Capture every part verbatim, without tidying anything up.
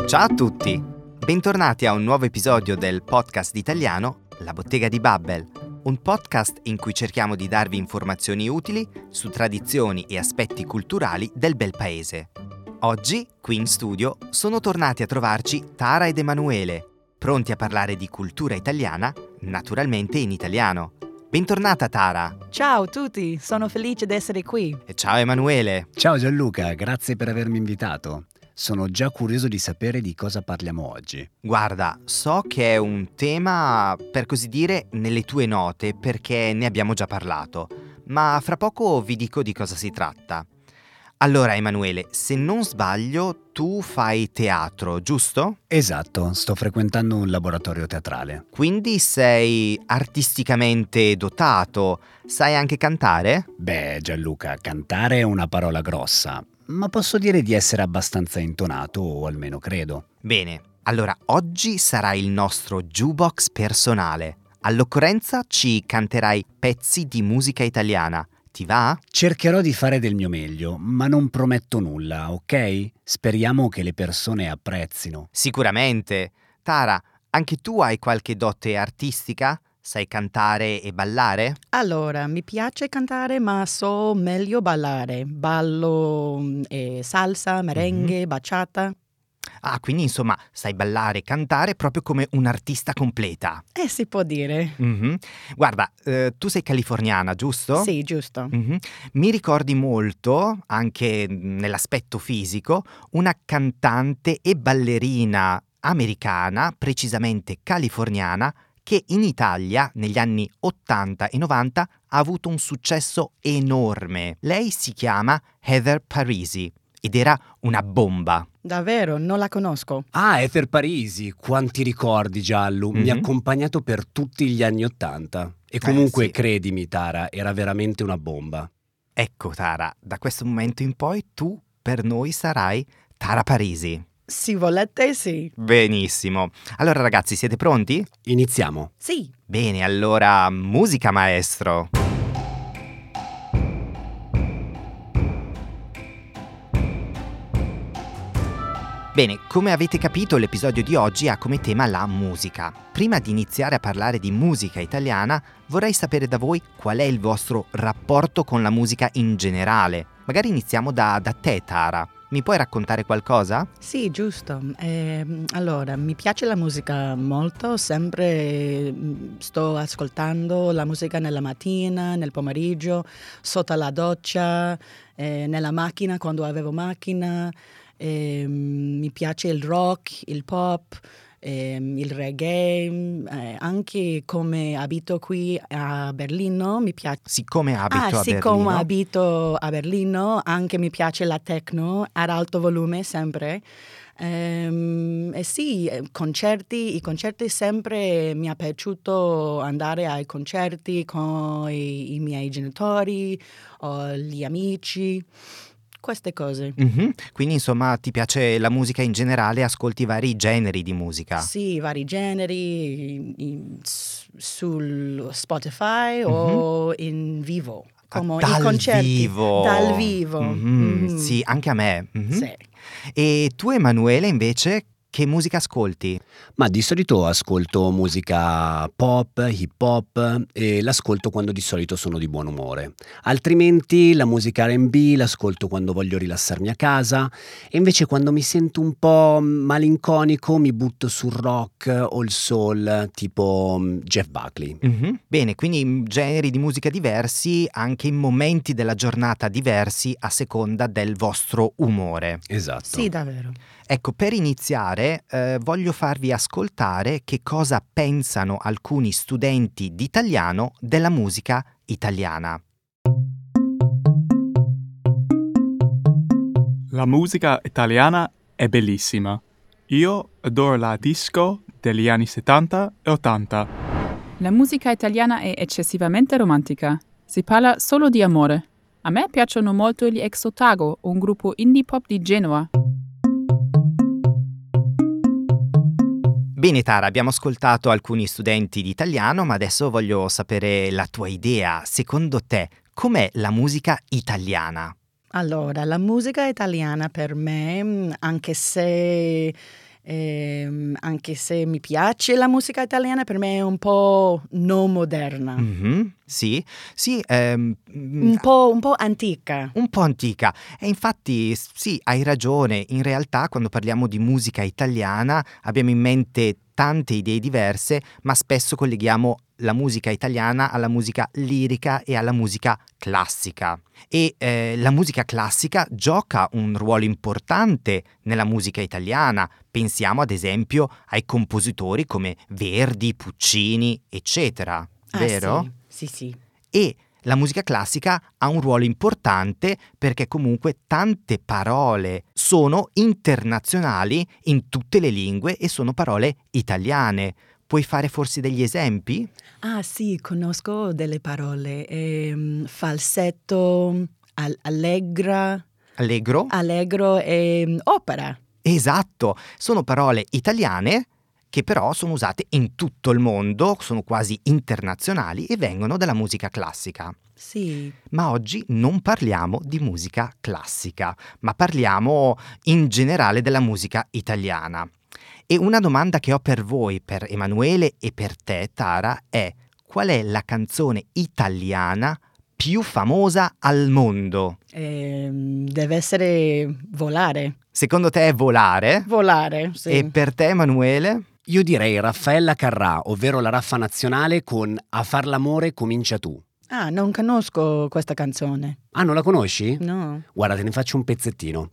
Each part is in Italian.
Ciao a tutti! Bentornati a un nuovo episodio del podcast italiano La Bottega di Babbel, un podcast in cui cerchiamo di darvi informazioni utili su tradizioni e aspetti culturali del bel paese. Oggi, qui in studio, sono tornati a trovarci Tara ed Emanuele, pronti a parlare di cultura italiana, naturalmente in italiano. Bentornata Tara! Ciao a tutti, sono felice di essere qui. E ciao Emanuele! Ciao Gianluca, grazie per avermi invitato. Sono già curioso di sapere di cosa parliamo oggi. Guarda, so che è un tema, per così dire, nelle tue note perché ne abbiamo già parlato, ma fra poco vi dico di cosa si tratta. Allora Emanuele, se non sbaglio, tu fai teatro, giusto? Esatto, sto frequentando un laboratorio teatrale. Quindi sei artisticamente dotato, sai anche cantare? Beh, Gianluca, cantare è una parola grossa, ma posso dire di essere abbastanza intonato, o almeno credo. Bene, allora oggi sarà il nostro jukebox personale. All'occorrenza ci canterai pezzi di musica italiana. Ti va? Cercherò di fare del mio meglio, ma non prometto nulla, ok? Speriamo che le persone apprezzino. Sicuramente. Tara, anche tu hai qualche dote artistica? Sai cantare e ballare? Allora, mi piace cantare, ma so meglio ballare. Ballo eh, salsa, merengue, Mm-hmm. bachata. Ah, quindi insomma sai ballare e cantare proprio come un'artista completa. Eh, si può dire. Mm-hmm. Guarda, eh, tu sei californiana, giusto? Sì, giusto. Mm-hmm. Mi ricordi molto, anche nell'aspetto fisico, una cantante e ballerina americana, precisamente californiana, che in Italia negli anni ottanta e novanta ha avuto un successo enorme. Lei si chiama Heather Parisi ed era una bomba. Davvero, non la conosco. Ah, Ether Parisi, quanti ricordi Giallo, mi ha Mhm. accompagnato per tutti gli anni Ottanta. E comunque, Eh, sì. credimi Tara, era veramente una bomba. Ecco Tara, da questo momento in poi tu per noi sarai Tara Parisi. Se volete, sì. Benissimo. Allora ragazzi, siete pronti? Iniziamo. Sì. Bene, allora musica maestro. Bene, come avete capito l'episodio di oggi ha come tema la musica. Prima di iniziare a parlare di musica italiana, vorrei sapere da voi qual è il vostro rapporto con la musica in generale. Magari iniziamo da, da te, Tara. Mi puoi raccontare qualcosa? Sì, giusto. Eh, allora, mi piace la musica molto, sempre mm, sto ascoltando la musica nella mattina, nel pomeriggio, sotto la doccia, eh, nella macchina quando avevo macchina. Eh, mi piace il rock, il pop, ehm, il reggae, eh, anche come abito qui a Berlino, mi piace. Siccome abito Ah, a siccome Berlino. abito a Berlino, anche mi piace la techno ad alto volume sempre. Ehm, e sì, eh, concerti, i concerti sempre mi è piaciuto andare ai concerti con i, i miei genitori o gli amici, queste cose. Mhm. Quindi insomma ti piace la musica in generale, ascolti vari generi di musica. Sì, vari generi, in- s- sul Spotify Mhm. o in vivo, Ah, come dal i concerti. vivo. Dal vivo. Mhm. Mhm. Sì, anche a me. Mhm. Sì. E tu Emanuele invece che musica ascolti? Ma di solito ascolto musica pop, hip hop e l'ascolto quando di solito sono di buon umore. Altrimenti la musica R and B l'ascolto quando voglio rilassarmi a casa e invece quando mi sento un po' malinconico mi butto sul rock o il soul tipo mm, Jeff Buckley. Mhm. Bene, quindi mm, generi di musica diversi, anche in momenti della giornata diversi a seconda del vostro umore. Esatto. Sì, davvero. Ecco, per iniziare eh, voglio farvi ascoltare che cosa pensano alcuni studenti di italiano della musica italiana. La musica italiana è bellissima. Io adoro la disco degli anni settanta e ottanta. La musica italiana è eccessivamente romantica. Si parla solo di amore. A me piacciono molto gli Ex Otago, un gruppo indie pop di Genova. Bene Tara, abbiamo ascoltato alcuni studenti di italiano, ma adesso voglio sapere la tua idea. Secondo te, com'è la musica italiana? Allora, la musica italiana per me, anche se Ehm, anche se mi piace la musica italiana, per me è un po' non moderna, Mhm, sì, sì, ehm, un po', un po' antica. un po' antica. E infatti s- sì, hai ragione, in realtà quando parliamo di musica italiana abbiamo in mente tante idee diverse, ma spesso colleghiamo la musica italiana alla musica lirica e alla musica classica. E eh, la musica classica gioca un ruolo importante nella musica italiana. Pensiamo ad esempio ai compositori come Verdi, Puccini, eccetera, Ah, vero? sì, sì, sì. E la musica classica ha un ruolo importante perché comunque tante parole sono internazionali in tutte le lingue e sono parole italiane. Puoi fare forse degli esempi? Ah, sì, conosco delle parole. Ehm, falsetto, al- allegra, Allegro? allegro e opera. Esatto, sono parole italiane che però sono usate in tutto il mondo, sono quasi internazionali e vengono dalla musica classica. Sì. Ma oggi non parliamo di musica classica, ma parliamo in generale della musica italiana. E una domanda che ho per voi, per Emanuele e per te, Tara, è: qual è la canzone italiana più famosa al mondo? Ehm, deve essere volare. Secondo te è Volare? Volare, sì. E per te, Emanuele? Io direi Raffaella Carrà, ovvero la raffa nazionale con A far l'amore comincia tu. Ah, non conosco questa canzone. Ah, non la conosci? No. Guarda, te ne faccio un pezzettino.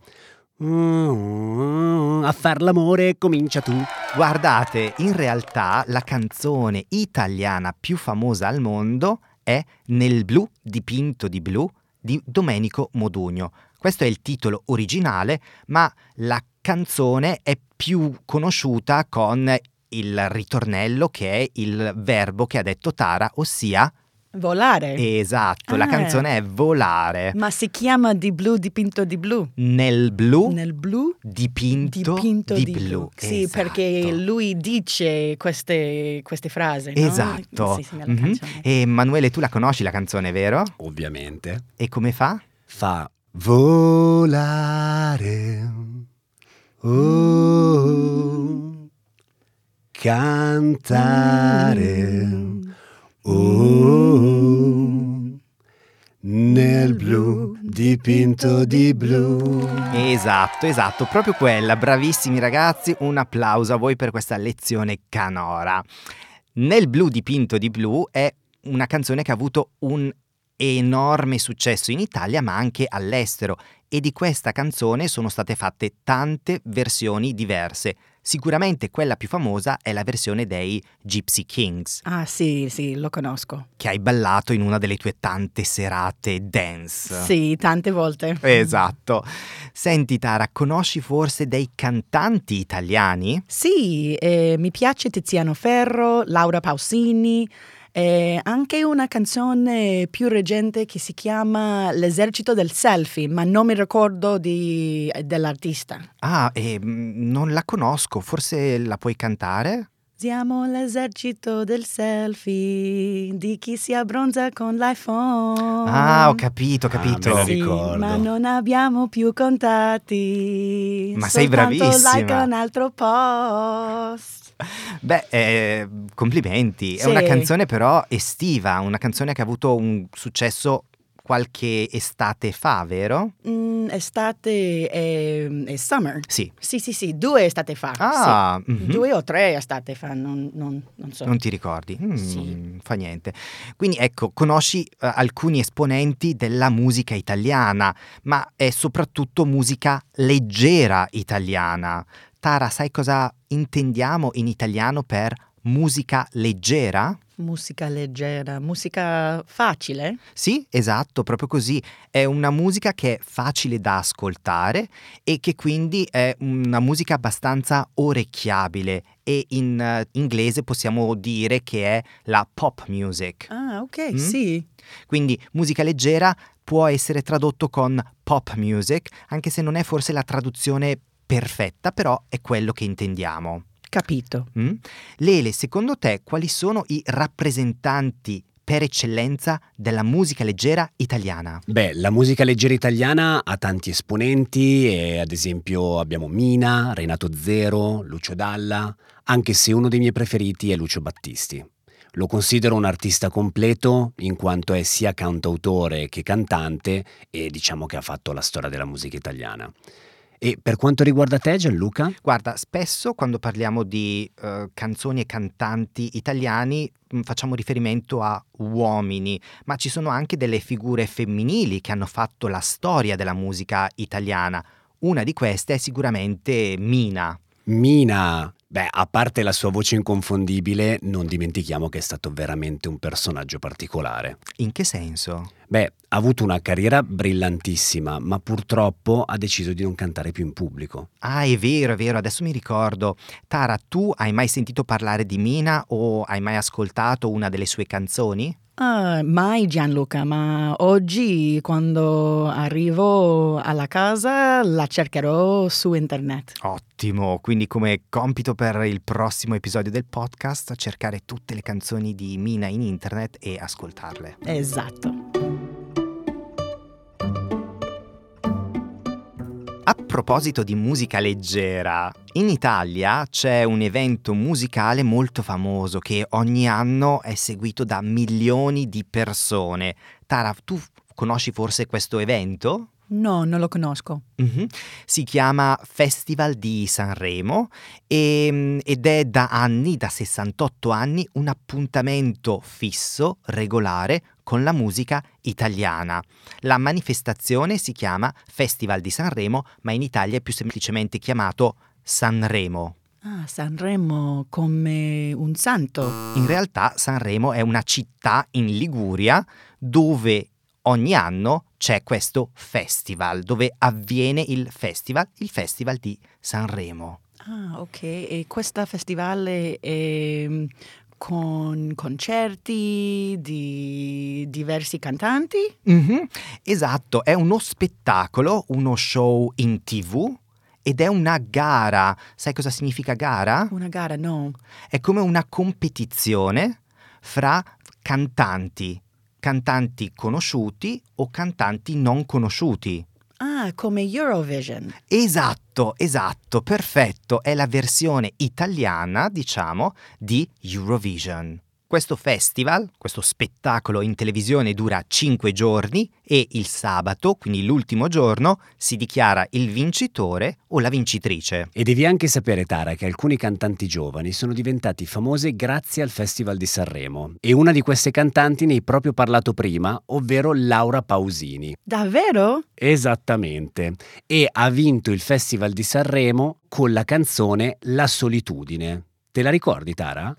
Mm, a far l'amore comincia tu. Guardate, in realtà la canzone italiana più famosa al mondo è Nel blu dipinto di blu di Domenico Modugno. Questo è il titolo originale, ma la canzone è più conosciuta con il ritornello che è il verbo che ha detto Tara, ossia Volare. esatto, la Ah. canzone è Volare. Ma si chiama Di blu dipinto di blu. Nel blu Nel blu dipinto, dipinto di, di blu. blu. Sì, Esatto. perché lui dice queste, queste frasi, no? Esatto. Sì, sì, nella Mhm. canzone. E Emanuele, tu la conosci la canzone, vero? Ovviamente. E come fa? Fa volare. Oh, cantare. Oh, nel blu dipinto di blu. Esatto, esatto, proprio quella. Bravissimi ragazzi, un applauso a voi per questa lezione canora. Nel blu dipinto di blu è una canzone che ha avuto un enorme successo in Italia ma anche all'estero, e di questa canzone sono state fatte tante versioni diverse. Sicuramente quella più famosa è la versione dei Gypsy Kings, Ah, sì, sì, lo conosco. che hai ballato in una delle tue tante serate dance. Sì, tante volte. Esatto. Senti Tara, conosci forse dei cantanti italiani? Sì, eh, mi piace Tiziano Ferro, Laura Pausini, e anche una canzone più recente che si chiama L'esercito del selfie, ma non mi ricordo di- dell'artista. Ah, e, mm, non la conosco, forse la puoi cantare? Siamo l'esercito del selfie, di chi si abbronza con l'iPhone. Ah, ho capito, ho capito. Ah, me la Sì, ricordo. ma non abbiamo più contatti. Ma sei soltanto bravissima. like un altro post. Beh, eh, complimenti. È Sì. una canzone però estiva, una canzone che ha avuto un successo qualche estate fa, vero? Mm, estate e, e summer. Sì. Sì, sì, sì, due estate fa. Ah, sì. mhm. Due o tre estate fa, non, non, non so. Non ti ricordi? Mm, Sì. Fa niente. Quindi ecco, conosci eh, alcuni esponenti della musica italiana, ma è soprattutto musica leggera italiana. Tara, sai cosa intendiamo in italiano per musica leggera? Musica leggera, musica facile. Sì, esatto, proprio così. È una musica che è facile da ascoltare e che quindi è una musica abbastanza orecchiabile, e in eh, inglese possiamo dire che è la pop music. Ah, ok, Mm? sì. Quindi musica leggera può essere tradotto con pop music, anche se non è forse la traduzione perfetta, però è quello che intendiamo. Capito. Mm? Lele, secondo te quali sono i rappresentanti per eccellenza della musica leggera italiana? Beh, la musica leggera italiana ha tanti esponenti e ad esempio abbiamo Mina, Renato Zero, Lucio Dalla, anche se uno dei miei preferiti è Lucio Battisti. Lo considero un artista completo in quanto è sia cantautore che cantante e diciamo che ha fatto la storia della musica italiana. E per quanto riguarda te, Gianluca? Guarda, spesso quando parliamo di uh, canzoni e cantanti italiani mh, facciamo riferimento a uomini, ma ci sono anche delle figure femminili che hanno fatto la storia della musica italiana. Una di queste è sicuramente Mina. Mina! Beh, a parte la sua voce inconfondibile, non dimentichiamo che è stato veramente un personaggio particolare. In che senso? Beh, ha avuto una carriera brillantissima, ma purtroppo ha deciso di non cantare più in pubblico. Ah, è vero, è vero, adesso mi ricordo. Tara, tu hai mai sentito parlare di Mina o hai mai ascoltato una delle sue canzoni? Ah, mai Gianluca, ma oggi quando arrivo alla casa la cercherò su internet. Ottimo, quindi come compito per il prossimo episodio del podcast cercare tutte le canzoni di Mina in internet e ascoltarle. Esatto. A proposito di musica leggera, in Italia c'è un evento musicale molto famoso che ogni anno è seguito da milioni di persone. Tara, tu conosci forse questo evento? No, non lo conosco. Mm-hmm. Si chiama Festival di Sanremo e, ed è da anni, da sessantotto anni, un appuntamento fisso, regolare, con la musica italiana. La manifestazione si chiama Festival di Sanremo, ma in Italia è più semplicemente chiamato Sanremo. Ah, Sanremo come un santo. In realtà Sanremo è una città in Liguria dove ogni anno c'è questo festival, dove avviene il festival, il Festival di Sanremo. Ah, ok. E questo festival è con concerti di diversi cantanti? Mm-hmm. Esatto, è uno spettacolo, uno show in tivù ed è una gara. Sai cosa significa gara? Una gara, no. È come una competizione fra cantanti, cantanti conosciuti o cantanti non conosciuti. Ah, come Eurovision. Esatto, esatto, perfetto. È la versione italiana, diciamo, di Eurovision. Questo festival, questo spettacolo in televisione dura cinque giorni e il sabato, quindi l'ultimo giorno, si dichiara il vincitore o la vincitrice. E devi anche sapere, Tara, che alcuni cantanti giovani sono diventati famose grazie al Festival di Sanremo. E una di queste cantanti ne hai proprio parlato prima, ovvero Laura Pausini. Davvero? Esattamente. E ha vinto il Festival di Sanremo con la canzone La solitudine. Te la ricordi, Tara?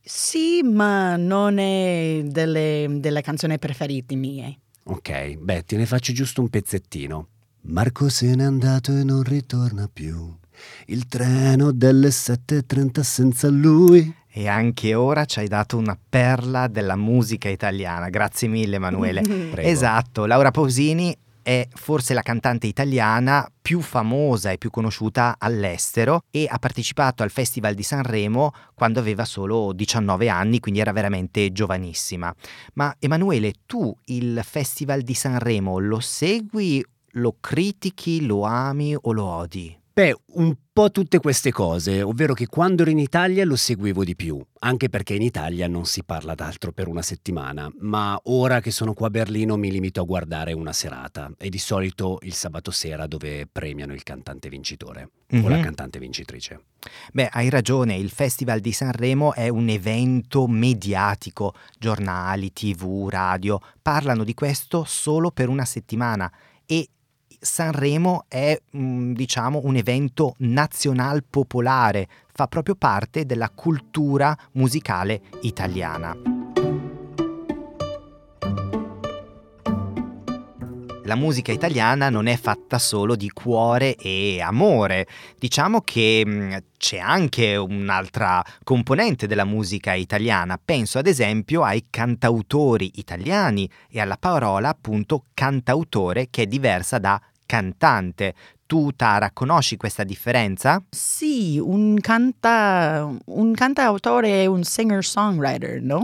Sì, ma non è delle, delle canzoni preferite mie. Ok, beh, te ne faccio giusto un pezzettino. Marco se n'è andato e non ritorna più. Il treno delle sette e trenta senza lui. E anche ora ci hai dato una perla della musica italiana. Grazie mille, Emanuele. Prego. Esatto, Laura Pausini è forse la cantante italiana più famosa e più conosciuta all'estero e ha partecipato al Festival di Sanremo quando aveva solo diciannove anni, quindi era veramente giovanissima. Ma Emanuele, tu il Festival di Sanremo lo segui, lo critichi, lo ami o lo odi? Beh, un po' tutte queste cose, ovvero che quando ero in Italia lo seguivo di più, anche perché in Italia non si parla d'altro per una settimana, ma ora che sono qua a Berlino mi limito a guardare una serata, e di solito il sabato sera dove premiano il cantante vincitore Mm-hmm. o la cantante vincitrice. Beh, hai ragione, il Festival di Sanremo è un evento mediatico, giornali, tivù, radio, parlano di questo solo per una settimana e Sanremo è, diciamo, un evento nazional popolare, fa proprio parte della cultura musicale italiana. La musica italiana non è fatta solo di cuore e amore. Diciamo che mh, c'è anche un'altra componente della musica italiana. Penso ad esempio ai cantautori italiani e alla parola appunto cantautore, che è diversa da cantante. Tu, Tara, conosci questa differenza? Sì, un, canta, un cantautore è un singer-songwriter, no?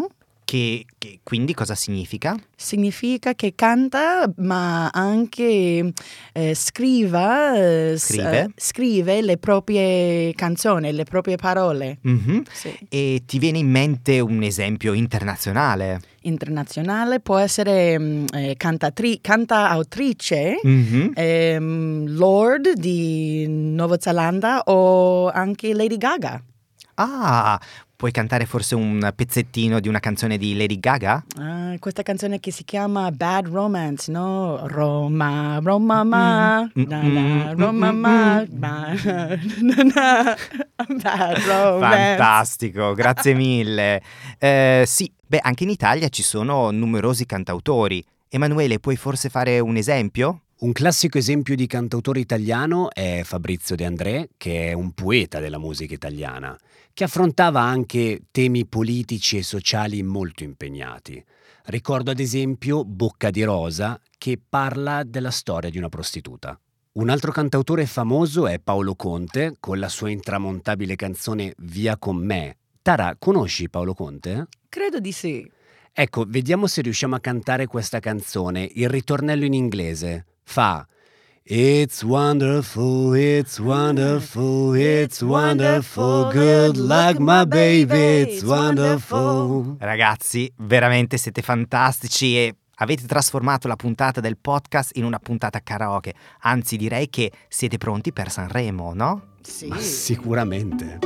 Che, che quindi cosa significa? Significa che canta, ma anche eh, scriva, eh, Scrive? s- eh, scrive le proprie canzoni, le proprie parole. Mhm. Sì. E ti viene in mente un esempio internazionale? Internazionale può essere mh, eh, cantatri- cantautrice, Mhm. ehm, Lord di Nuova Zelanda o anche Lady Gaga. Ah, puoi cantare forse un pezzettino di una canzone di Lady Gaga? Ah, questa canzone che si chiama Bad Romance, no? Roma, Roma, ma, Mm, na, mm, na, mm, Roma, mm, ma, mm. ma, na, na, Bad Romance. Fantastico, grazie mille. Eh, sì, beh, anche in Italia ci sono numerosi cantautori. Emanuele, puoi forse fare un esempio? Un classico esempio di cantautore italiano è Fabrizio De André, che è un poeta della musica italiana, che affrontava anche temi politici e sociali molto impegnati. Ricordo ad esempio Bocca di Rosa, che parla della storia di una prostituta. Un altro cantautore famoso è Paolo Conte, con la sua intramontabile canzone Via con me. Tara, conosci Paolo Conte? Credo di sì. Ecco, vediamo se riusciamo a cantare questa canzone, il ritornello in inglese. Fa It's wonderful, it's wonderful, it's wonderful, good luck my baby, it's wonderful. Ragazzi, veramente siete fantastici e avete trasformato la puntata del podcast in una puntata karaoke. Anzi, direi che siete pronti per Sanremo, no? Sì. Ma sicuramente.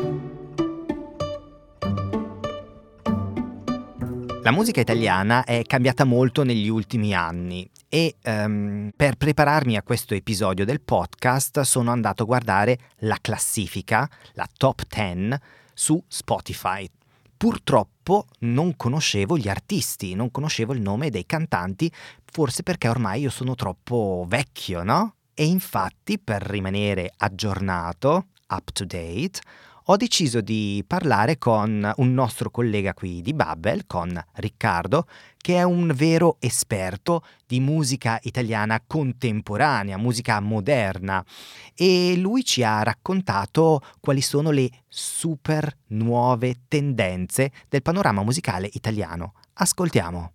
La musica italiana è cambiata molto negli ultimi anni e um, per prepararmi a questo episodio del podcast sono andato a guardare la classifica, la top dieci su Spotify. Purtroppo non conoscevo gli artisti, non conoscevo il nome dei cantanti, forse perché ormai io sono troppo vecchio, no? E infatti, per rimanere aggiornato, up to date, ho deciso di parlare con un nostro collega qui di Babbel, con Riccardo, che è un vero esperto di musica italiana contemporanea, musica moderna, e lui ci ha raccontato quali sono le super nuove tendenze del panorama musicale italiano. Ascoltiamo.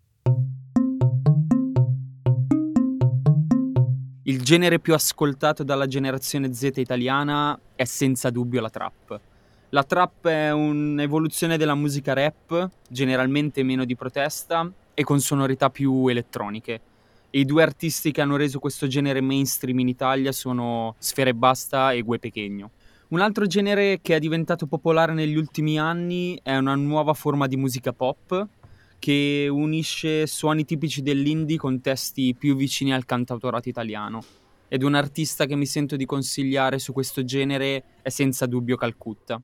Il genere più ascoltato dalla generazione Z italiana è senza dubbio la trap. La trap è un'evoluzione della musica rap, generalmente meno di protesta e con sonorità più elettroniche. E i due artisti che hanno reso questo genere mainstream in Italia sono Sfera Ebbasta e Gue Pequeno. Un altro genere che è diventato popolare negli ultimi anni è una nuova forma di musica pop che unisce suoni tipici dell'indie con testi più vicini al cantautorato italiano. Ed un artista che mi sento di consigliare su questo genere è senza dubbio Calcutta.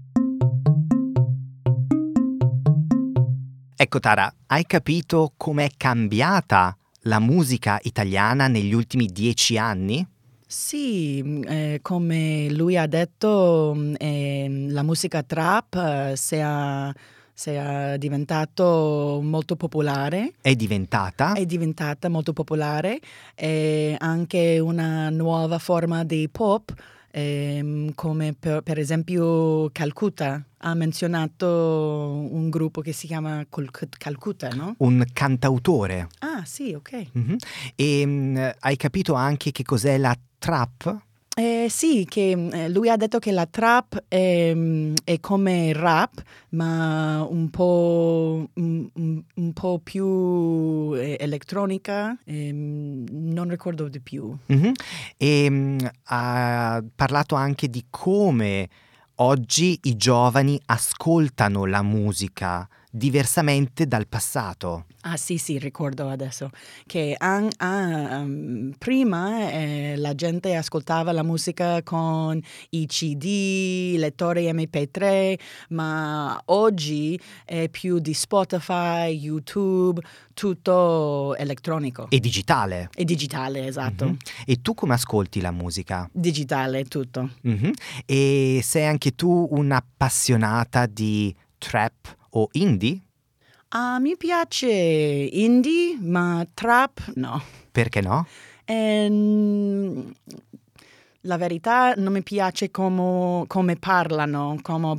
Ecco Tara, hai capito com'è cambiata la musica italiana negli ultimi dieci anni? Sì, eh, come lui ha detto, eh, la musica trap eh, sia, sia diventato molto popolare. È diventata? È diventata molto popolare e anche una nuova forma di pop, ehm, come per, per esempio Calcutta. Ha menzionato un gruppo che si chiama Calc- Calcutta, no? Un cantautore. Ah, sì, ok. Mm-hmm. E mh, hai capito anche che cos'è la trap? Eh, sì, che eh, lui ha detto che la trap è, è come il rap, ma un po', un, un, un po' più eh, elettronica, ehm, non ricordo di più. Mm-hmm. E mh, ha parlato anche di come oggi i giovani ascoltano la musica diversamente dal passato. Ah sì, sì, ricordo adesso che an- ah, um, prima eh, la gente ascoltava la musica con i C D, lettori M P tre, ma oggi è più di Spotify, YouTube, tutto elettronico. E digitale. E digitale, esatto. Mm-hmm. E tu come ascolti la musica? Digitale, tutto. Mm-hmm. E sei anche tu un'appassionata di trap o indie? Ah, mi piace indie, ma trap no. Perché no? Ehm, La verità non mi piace come, come parlano, come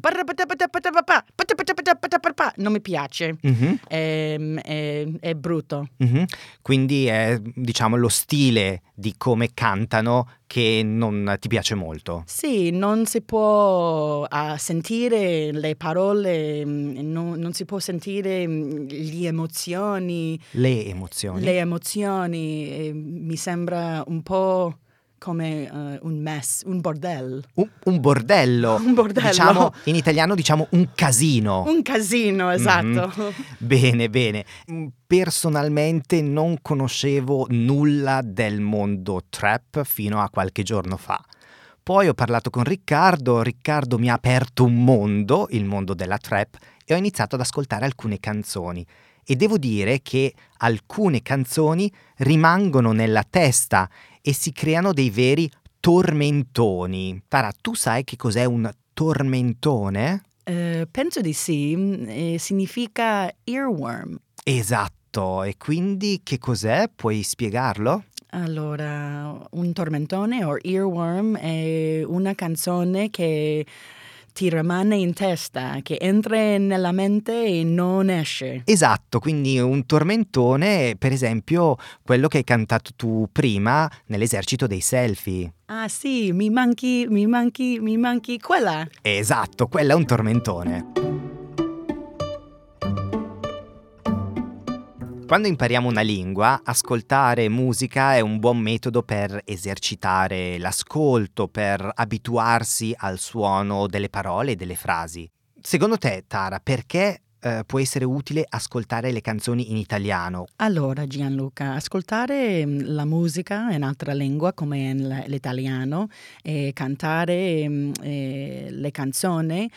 non mi piace, Mm-hmm. è, è, è brutto. Mm-hmm. Quindi è, diciamo, lo stile di come cantano che non ti piace molto. Sì, non si può uh, sentire le parole, non, non si può sentire le emozioni. Le emozioni. Le emozioni, eh, mi sembra un po' come uh, un mess, un bordello. Un, un bordello. Un bordello. Diciamo, in italiano diciamo un casino. Un casino, esatto. Mm-hmm. Bene, bene. Personalmente non conoscevo nulla del mondo trap fino a qualche giorno fa. Poi ho parlato con Riccardo, Riccardo mi ha aperto un mondo, il mondo della trap, e ho iniziato ad ascoltare alcune canzoni. E devo dire che alcune canzoni rimangono nella testa e si creano dei veri tormentoni. Tara, tu sai che cos'è un tormentone? Uh, penso di sì, eh, significa earworm. Esatto, e quindi che cos'è? Puoi spiegarlo? Allora, un tormentone o earworm è una canzone che ti rimane in testa, che entra nella mente e non esce. Esatto, quindi un tormentone, per esempio, quello che hai cantato tu prima nell'esercito dei selfie. Ah sì, mi manchi, mi manchi, mi manchi quella. Esatto, quella è un tormentone. Quando impariamo una lingua, ascoltare musica è un buon metodo per esercitare l'ascolto, per abituarsi al suono delle parole e delle frasi. Secondo te, Tara, perché eh, può essere utile ascoltare le canzoni in italiano? Allora, Gianluca, ascoltare la musica in altra lingua come l'italiano e cantare eh, le canzoni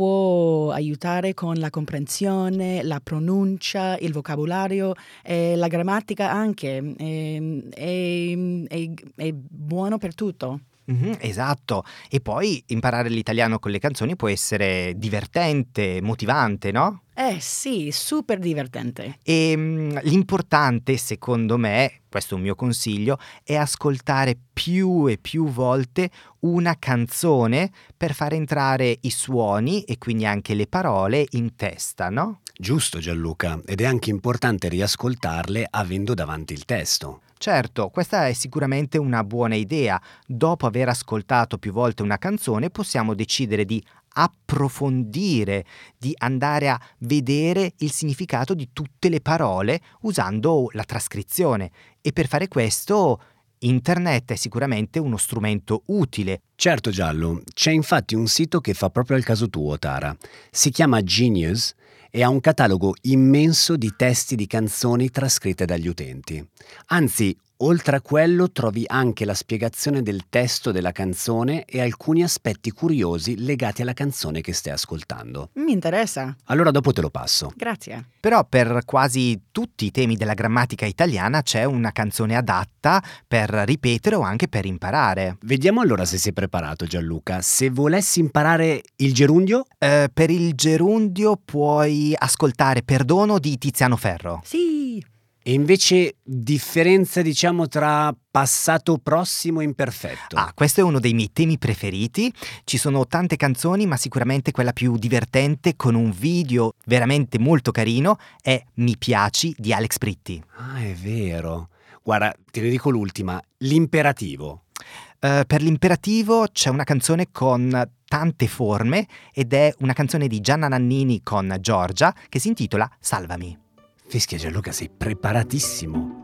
può aiutare con la comprensione, la pronuncia, il vocabolario e la grammatica anche. È, è, è, è buono per tutto. Mm-hmm, esatto, e poi imparare l'italiano con le canzoni può essere divertente, motivante, no? Eh sì, super divertente. E mh, l'importante, secondo me, questo è un mio consiglio, è ascoltare più e più volte una canzone per far entrare i suoni e quindi anche le parole in testa, no? Giusto, Gianluca, ed è anche importante riascoltarle avendo davanti il testo. Certo, questa è sicuramente una buona idea. Dopo aver ascoltato più volte una canzone possiamo decidere di approfondire, di andare a vedere il significato di tutte le parole usando la trascrizione. E per fare questo internet è sicuramente uno strumento utile. Certo, Giallo, c'è infatti un sito che fa proprio al caso tuo, Tara. Si chiama Genius e ha un catalogo immenso di testi di canzoni trascritte dagli utenti. Anzi, oltre a quello trovi anche la spiegazione del testo della canzone e alcuni aspetti curiosi legati alla canzone che stai ascoltando. Mi interessa. Allora dopo te lo passo. Grazie. Però per quasi tutti i temi della grammatica italiana c'è una canzone adatta per ripetere o anche per imparare. Vediamo allora se sei preparato, Gianluca. Se volessi imparare il gerundio? Eh, per il gerundio puoi ascoltare Perdono di Tiziano Ferro. Sì. E invece differenza, diciamo, tra passato prossimo e imperfetto. Ah, questo è uno dei miei temi preferiti. Ci sono tante canzoni, ma sicuramente quella più divertente, con un video veramente molto carino, è Mi piaci di Alex Britti. Ah, è vero. Guarda, te ne dico l'ultima, l'imperativo. Uh, per l'imperativo c'è una canzone con tante forme ed è una canzone di Gianna Nannini con Giorgia che si intitola Salvami. Fischia, Gianluca, sei preparatissimo.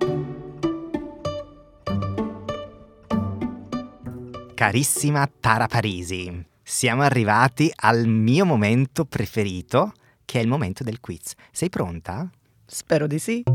Carissima Tara Parisi, siamo arrivati al mio momento preferito, che è il momento del quiz. Sei pronta? Spero di sì.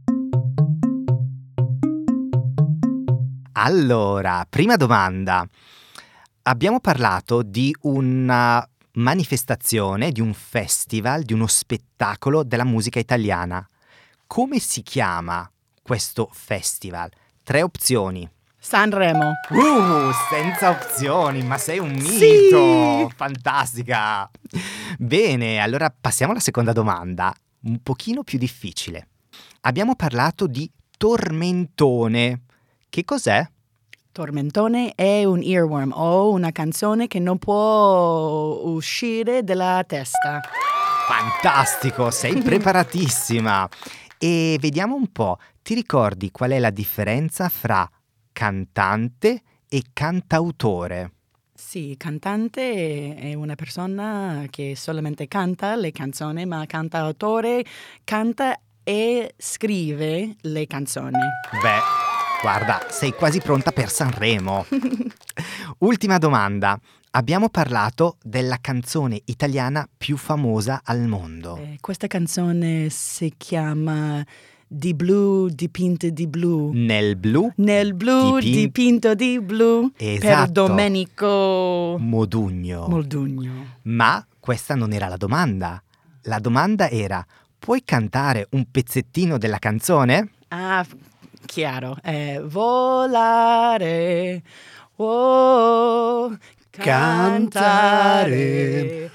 Allora, prima domanda. Abbiamo parlato di una manifestazione, di un festival, di uno spettacolo della musica italiana. Come si chiama questo festival? Tre opzioni. Sanremo. Uh, senza opzioni, ma sei un mito! Sì! Fantastica! Bene, allora passiamo alla seconda domanda, un pochino più difficile. Abbiamo parlato di tormentone. Che cos'è? Tormentone è un earworm o una canzone che non può uscire dalla testa. Fantastico, sei preparatissima. E vediamo un po', ti ricordi qual è la differenza fra cantante e cantautore? Sì, cantante è una persona che solamente canta le canzoni, ma cantautore canta e scrive le canzoni. Beh, guarda, sei quasi pronta per Sanremo. Ultima domanda. Abbiamo parlato della canzone italiana più famosa al mondo. Eh, questa canzone si chiama Di blu, dipinte di blu. Nel blu? Nel blu, dipin- dipinto di blu. Esatto. Per Domenico Modugno. Modugno. Ma questa non era la domanda. La domanda era: puoi cantare un pezzettino della canzone? Ah, chiaro. Eh, volare, oh, cantare,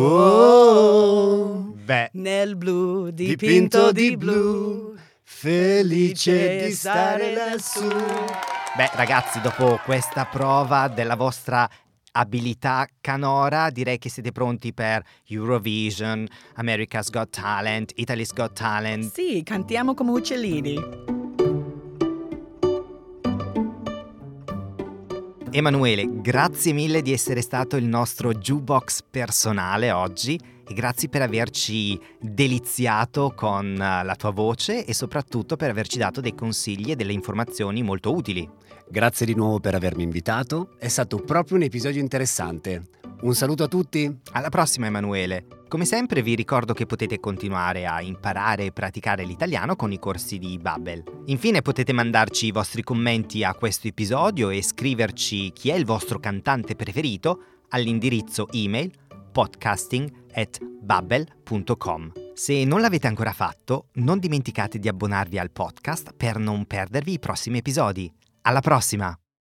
oh. Beh, Nel blu, dipinto di blu, felice di stare lassù. beh, ragazzi, dopo questa prova della vostra abilità canora, direi che siete pronti per Eurovision, America's Got Talent, Italy's Got Talent. Sì, cantiamo come uccellini. Emanuele, grazie mille di essere stato il nostro jukebox personale oggi e grazie per averci deliziato con la tua voce e soprattutto per averci dato dei consigli e delle informazioni molto utili. Grazie di nuovo per avermi invitato, è stato proprio un episodio interessante. Un saluto a tutti. Alla prossima, Emanuele. Come sempre vi ricordo che potete continuare a imparare e praticare l'italiano con i corsi di Babbel. Infine potete mandarci i vostri commenti a questo episodio e scriverci chi è il vostro cantante preferito all'indirizzo email podcasting at babbel punto com. Se non l'avete ancora fatto, non dimenticate di abbonarvi al podcast per non perdervi i prossimi episodi. Alla prossima!